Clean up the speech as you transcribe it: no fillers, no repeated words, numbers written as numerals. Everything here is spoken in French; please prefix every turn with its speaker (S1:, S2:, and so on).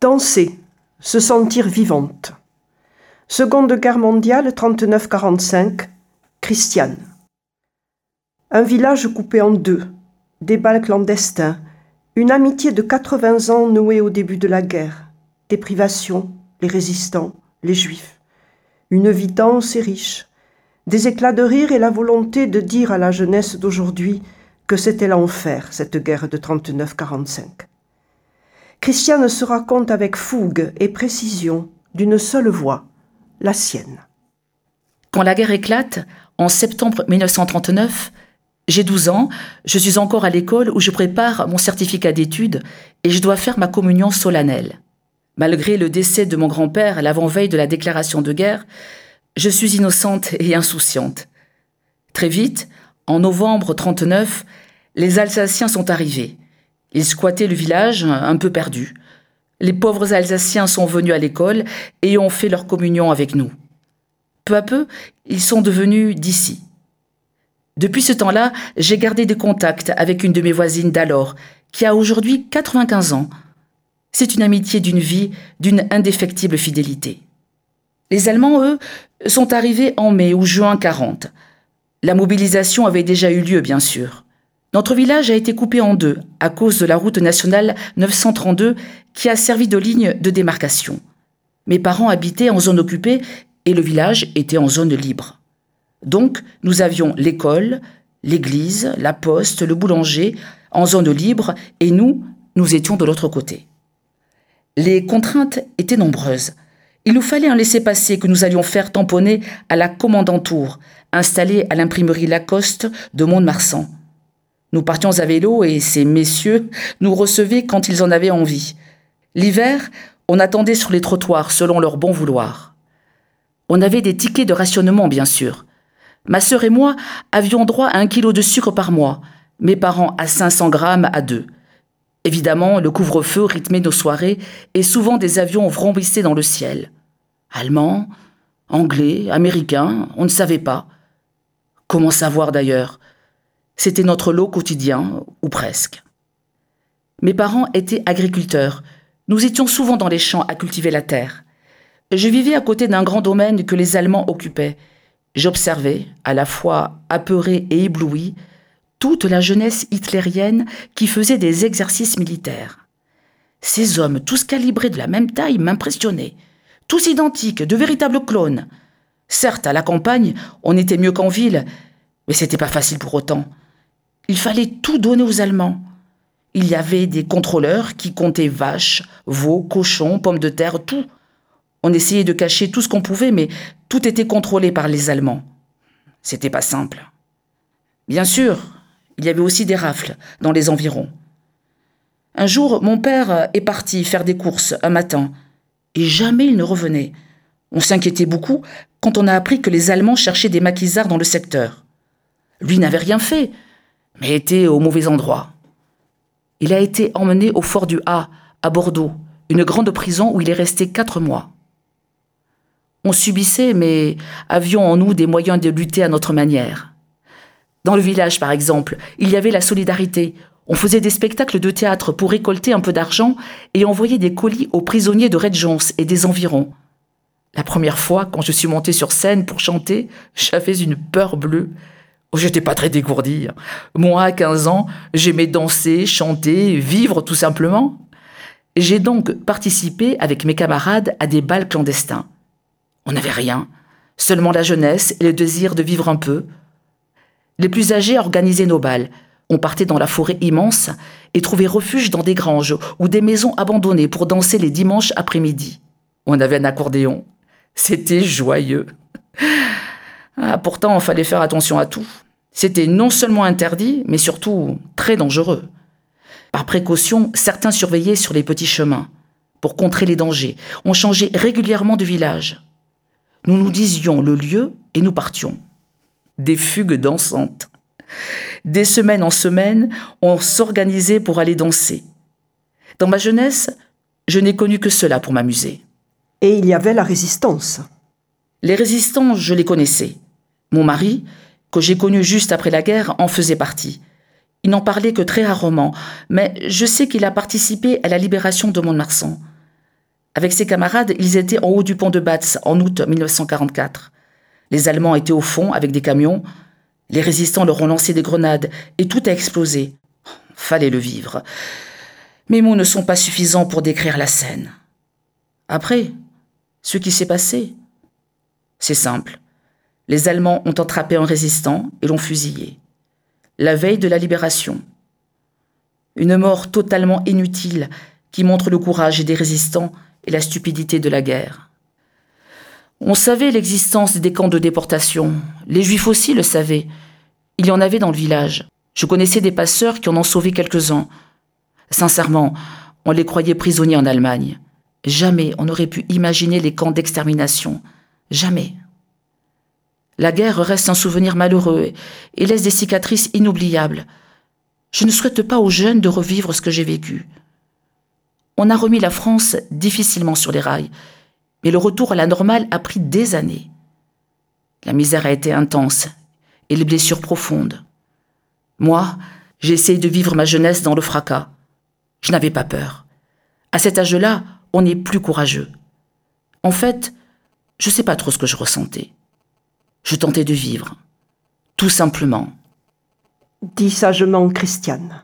S1: Danser, se sentir vivante. Seconde Guerre mondiale, 39-45, Christiane. Un village coupé en deux, des bals clandestins, une amitié de 80 ans nouée au début de la guerre, des privations, les résistants, les juifs. Une vie dense et riche, des éclats de rire et la volonté de dire à la jeunesse d'aujourd'hui que c'était l'enfer, cette guerre de 39-45. Christiane se raconte avec fougue et précision, d'une seule voix, la sienne.
S2: Quand la guerre éclate, en septembre 1939, j'ai 12 ans, je suis encore à l'école où je prépare mon certificat d'études et je dois faire ma communion solennelle. Malgré le décès de mon grand-père à l'avant-veille de la déclaration de guerre, je suis innocente et insouciante. Très vite, en novembre 1939, les Alsaciens sont arrivés. Ils squattaient le village, un peu perdu. Les pauvres Alsaciens sont venus à l'école et ont fait leur communion avec nous. Peu à peu, ils sont devenus d'ici. Depuis ce temps-là, j'ai gardé des contacts avec une de mes voisines d'alors, qui a aujourd'hui 95 ans. C'est une amitié d'une vie, d'une indéfectible fidélité. Les Allemands, eux, sont arrivés en mai ou juin 40. La mobilisation avait déjà eu lieu, bien sûr. Notre village a été coupé en deux à cause de la route nationale 932 qui a servi de ligne de démarcation. Mes parents habitaient en zone occupée et le village était en zone libre. Donc, nous avions l'école, l'église, la poste, le boulanger en zone libre et nous étions de l'autre côté. Les contraintes étaient nombreuses. Il nous fallait un laissez-passer que nous allions faire tamponner à la commandantour, installée à l'imprimerie Lacoste de Mont-de-Marsan. Nous partions à vélo et ces messieurs nous recevaient quand ils en avaient envie. L'hiver, on attendait sur les trottoirs selon leur bon vouloir. On avait des tickets de rationnement, bien sûr. Ma sœur et moi avions droit à 1 kilo de sucre par mois, mes parents à 500 grammes à 2. Évidemment, le couvre-feu rythmait nos soirées et souvent des avions vrombissaient dans le ciel. Allemands, anglais, américains, on ne savait pas. Comment savoir d'ailleurs ? C'était notre lot quotidien, ou presque. Mes parents étaient agriculteurs. Nous étions souvent dans les champs à cultiver la terre. Je vivais à côté d'un grand domaine que les Allemands occupaient. J'observais, à la fois apeuré et ébloui, toute la jeunesse hitlérienne qui faisait des exercices militaires. Ces hommes, tous calibrés de la même taille, m'impressionnaient. Tous identiques, de véritables clones. Certes, à la campagne, on était mieux qu'en ville, mais c'était pas facile pour autant. Il fallait tout donner aux Allemands. Il y avait des contrôleurs qui comptaient vaches, veaux, cochons, pommes de terre, tout. On essayait de cacher tout ce qu'on pouvait, mais tout était contrôlé par les Allemands. C'était pas simple. Bien sûr, il y avait aussi des rafles dans les environs. Un jour, mon père est parti faire des courses un matin, et jamais il ne revenait. On s'inquiétait beaucoup quand on a appris que les Allemands cherchaient des maquisards dans le secteur. Lui n'avait rien fait, mais était au mauvais endroit. Il a été emmené au fort du A, à Bordeaux, une grande prison où il est resté 4 mois. On subissait, mais avions en nous des moyens de lutter à notre manière. Dans le village, par exemple, il y avait la solidarité. On faisait des spectacles de théâtre pour récolter un peu d'argent et envoyer des colis aux prisonniers de Redjons et des environs. La première fois, quand je suis montée sur scène pour chanter, j'avais une peur bleue. J'étais pas très dégourdie. Moi, à 15 ans, j'aimais danser, chanter, vivre tout simplement. J'ai donc participé avec mes camarades à des bals clandestins. On n'avait rien, seulement la jeunesse et le désir de vivre un peu. Les plus âgés organisaient nos bals. On partait dans la forêt immense et trouvait refuge dans des granges ou des maisons abandonnées pour danser les dimanches après-midi. On avait un accordéon. C'était joyeux. Pourtant, il fallait faire attention à tout. C'était non seulement interdit, mais surtout très dangereux. Par précaution, certains surveillaient sur les petits chemins. Pour contrer les dangers, on changeait régulièrement de village. Nous nous disions le lieu et nous partions. Des fugues dansantes. Des semaines en semaine, on s'organisait pour aller danser. Dans ma jeunesse, je n'ai connu que cela pour m'amuser.
S1: Et il y avait la résistance.
S2: Les résistants, je les connaissais. Mon mari, que j'ai connu juste après la guerre, en faisait partie. Il n'en parlait que très rarement, mais je sais qu'il a participé à la libération de Mont-de-Marsan. Avec ses camarades, ils étaient en haut du pont de Batz en août 1944. Les Allemands étaient au fond avec des camions. Les résistants leur ont lancé des grenades et tout a explosé. Fallait le vivre. Mes mots ne sont pas suffisants pour décrire la scène. Après, ce qui s'est passé, c'est simple. Les Allemands ont attrapé un résistant et l'ont fusillé. La veille de la libération. Une mort totalement inutile qui montre le courage des résistants et la stupidité de la guerre. On savait l'existence des camps de déportation. Les Juifs aussi le savaient. Il y en avait dans le village. Je connaissais des passeurs qui en ont sauvé quelques-uns. Sincèrement, on les croyait prisonniers en Allemagne. Jamais on n'aurait pu imaginer les camps d'extermination. Jamais. La guerre reste un souvenir malheureux et laisse des cicatrices inoubliables. Je ne souhaite pas aux jeunes de revivre ce que j'ai vécu. On a remis la France difficilement sur les rails, mais le retour à la normale a pris des années. La misère a été intense et les blessures profondes. Moi, j'ai essayé de vivre ma jeunesse dans le fracas. Je n'avais pas peur. À cet âge-là, on est plus courageux. En fait, je ne sais pas trop ce que je ressentais. Je tentais de vivre, tout simplement.
S1: Dit sagement Christiane.